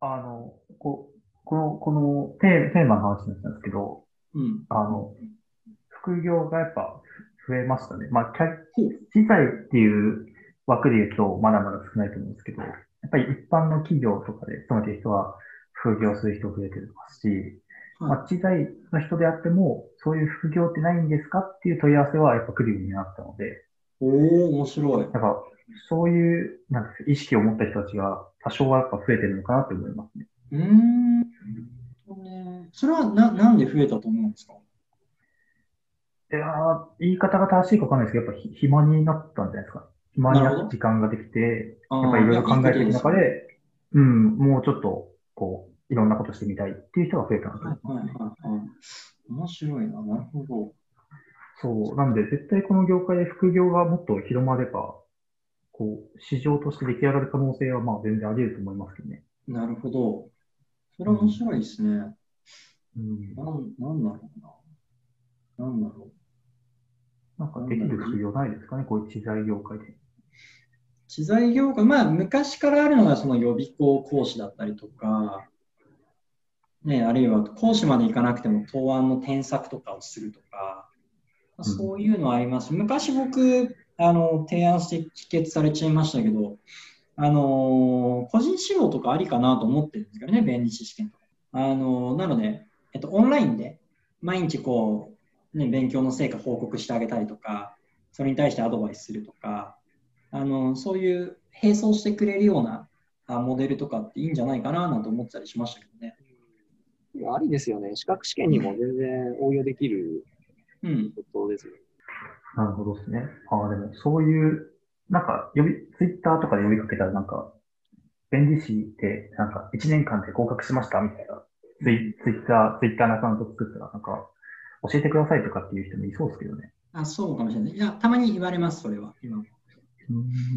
このテーマの話になったんですけど、 うん。 あの、副業がやっぱ増えましたね。まあ、 ほう。 機材っていう枠で言うとまだまだ少ないと思うんですけど、やっぱり一般の企業とかで勤めてる人は副業する人増えてますし、 はい。 まあ、機材の人であっても、そういう副業ってないんですかっていう問い合わせはやっぱ来るようになったので、 おお、面白い。 やっぱそういう、なんですか、意識を持った人たちが多少はやっぱ増えてるのかなって思いますね。 うーん。それはなんで増えたと思うんですか？ いや言い方が正しいかわかんないですけど、やっぱ暇になったんじゃないですか。暇になってなるほど。 時間ができて、やっぱりああ、いや、 いろいろいいこと考えていくですよね。 中で、うん、もうちょっと、いろんなことしてみたいっていう人が増えたなとはいはい思いますね。 はいはい。面白いな。なるほど。 そう。なんで、絶対この業界で副業がもっと広まれば、市場として出来上がる可能性は、まあ、全然あり得ると思いますけどね。 なるほど。それうん。 面白いですね。 うん。 なんだろうな。なんだろなんかう。なできるんだろう。 副業ないですかね、こういう知財業界で。 知財業界、まあ、昔からあるのがその予備校講師だったりとか、ね、あるいは講師まで行かなくても答案の添削とかをするとか、 うん。 そういうのはあります。昔僕、提案して否決されちゃいましたけど、個人指導とかありかなと思ってるんですけどね、弁理士試験とか。なので、オンラインで毎日勉強の成果報告してあげたりとか、それに対してアドバイスするとか、そういう並走してくれるようなモデルとかっていいんじゃないかななんて思ってたりしましたけどね。 ありですよね。資格試験にも全然応用できるうん。 ことですよね。 なるほどですね。ああ、でも、そういう、なんか、ツイッターとかで呼びかけたら、なんか、弁理士で、なんか、1年間で合格しましたみたいな、 うん。 ツイッターのアカウント作ったら、なんか、教えてくださいとかっていう人もいそうですけどね。 そうかもしれない。いや、たまに言われます、それは。 うん。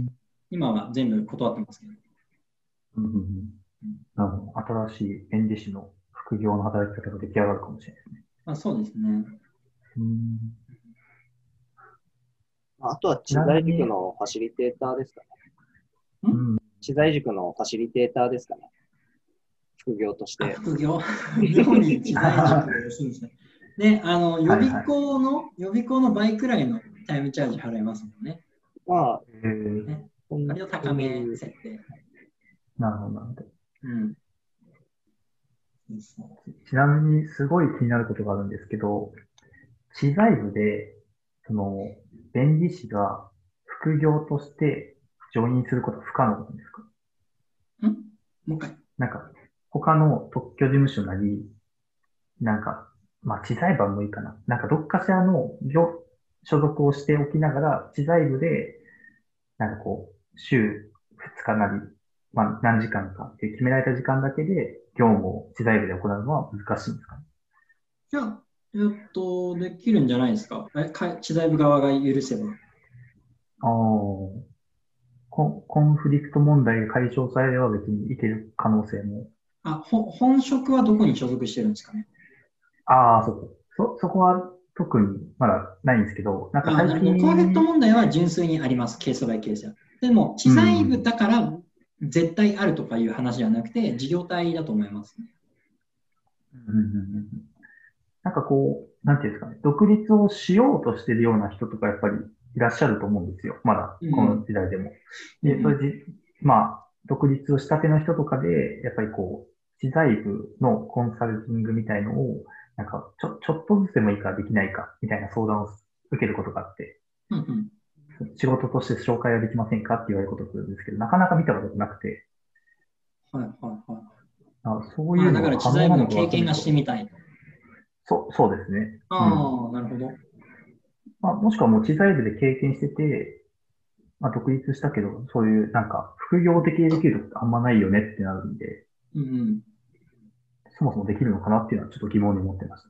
今は全部断ってますけど。 うんうんうん。 うん。 なるほど。新しい弁理士の副業の働き方が出来上がるかもしれないですね。 そうですね。 うん。 あとはち知財塾なみに、 のファシリテーターですかね。 んうん。 知財塾のファシリテーターですかね。副業として。 副業料理知財塾するんですね。で、 はいはい。 予備校の倍くらいのタイムチャージ払いますもんね。 まあ、 ね。 そん割と高めそういう、 設定。 なるほど、なるほど。 うん。そうそちなみに、すごい気になることがあるんですけど、知財部で、その、弁理士が副業としてジョインすることは不可能なんですか？ もう一回。 なんか、他の特許事務所なり、なんか、まあ、知財部は無理かな。なんか、どっかしらの所属をしておきながら、知財部で、なんか週2日なり、まあ、何時間かっていう決められた時間だけで、業務を知財部で行うのは難しいんですかね。 じゃあ、できるんじゃないですか。知財部側が許せば。 ああ、コンフリクト問題が解消されれば別にいける可能性も。 本職はどこに所属してるんですかね。 ああ、そこは特にまだないんですけど、なんか最なるほど。コンフェクト近、 問題は純粋にあります。ケースバイケースや。でも、知う財部ん、 だから絶対あるとかいう話じゃなくて、事業体だと思いますね。 なんかなんていうんですかね、独立をしようとしてるような人とかやっぱりいらっしゃると思うんですよ。まだ、このうん。 時代でも。で、そうん。 れで、まあ、独立をしたての人とかで、やっぱり知財部のコンサルティングみたいのを、なんか、ちょっとずつでもいいからできないか、みたいな相談を受けることがあって、 うん。うん。 仕事として紹介はできませんかって言われることがあるんですけど、なかなか見たことがなくて、 はいはいはい。 そういうだからのが可知財部の能なのかがちょ経験がしてっと、 みたいと。 そうですね。うん。 なるほど。 まあ、もしくはもう知財部で経験してて、まあ、独立したけど、そういうなんか副業的にできるとこってあんまないよねってなるんで、 うんうん。 そもそもできるのかなっていうのはちょっと疑問に思ってました。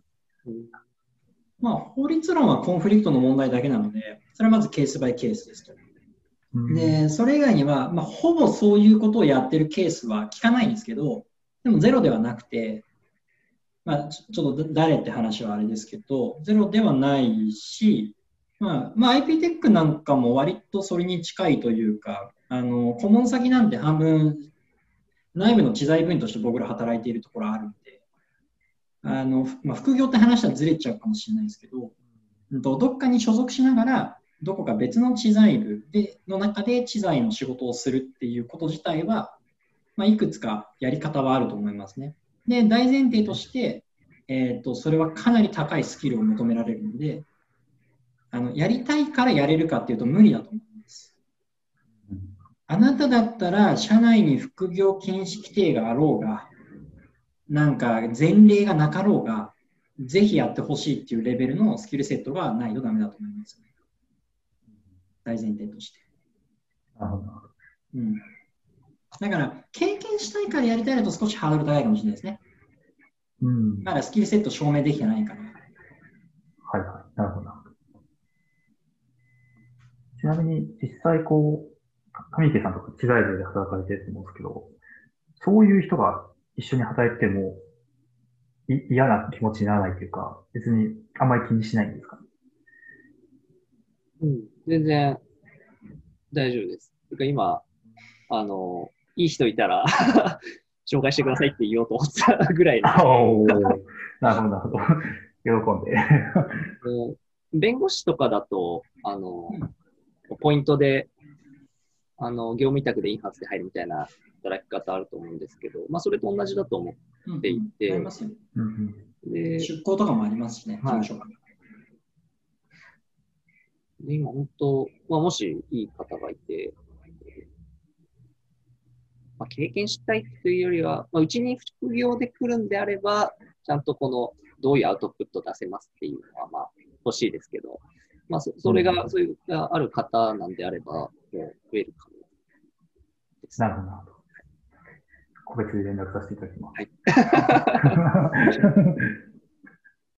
法律論はコンフリクトの問題だけなので、それはまずケースバイケースですと。 うん。 で、それ以外には、ほぼそういうことをやってるケースは聞かないんですけど、でもゼロではなくて、ちょっと誰って話はあれですけど、ゼロではないし、IP テックなんかも割とそれに近いというか、顧問先なんて半分内部の知財部員として僕ら働いているところあるんで、副業って話はずれちゃうかもしれないですけど、どっかに所属しながら、どこか別の知財部の中で知財の仕事をするっていうこと自体は、いくつかやり方はあると思いますね。で、大前提として、それはかなり高いスキルを求められるので、やりたいからやれるかっていうと無理だと思います。あなただったら、社内に副業禁止規定があろうが、なんか前例がなかろうが、ぜひやってほしいっていうレベルのスキルセットがないとダメだと思います。大前提として。 なるほど。 うん。だから、経験したいからやりたいだと少しハードル高いかもしれないですね。 うん。 まだスキルセット証明できてないから。 はいはい。なるほど。ちなみに、実際上池さんとか知財部で働かれてると思うんですけど、そういう人が一緒に働いても嫌な気持ちにならないというか、別にあんまり気にしないんですかね。 うん、全然大丈夫です。てか今、いい人いたら紹介してくださいって言おうと思ってたぐらいおー、なるほど、なるほど。喜んで。 弁護士とかだと、ポイントで、業務委託でインハウスで入るみたいな働き方あると思うんですけど、それと同じだと思っていて、 ありますよ。 で出向とかもありますしね、事務所が。 で今、本当、もしいい方がいて、経験したいというよりは、うちに副業で来るんであれば、ちゃんとどういうアウトプット出せますっていうのは、欲しいですけど、そういうがある方なんであれば、もう増えるかもです。 なるほど、なるほど。個別に連絡させていただきます。 はい。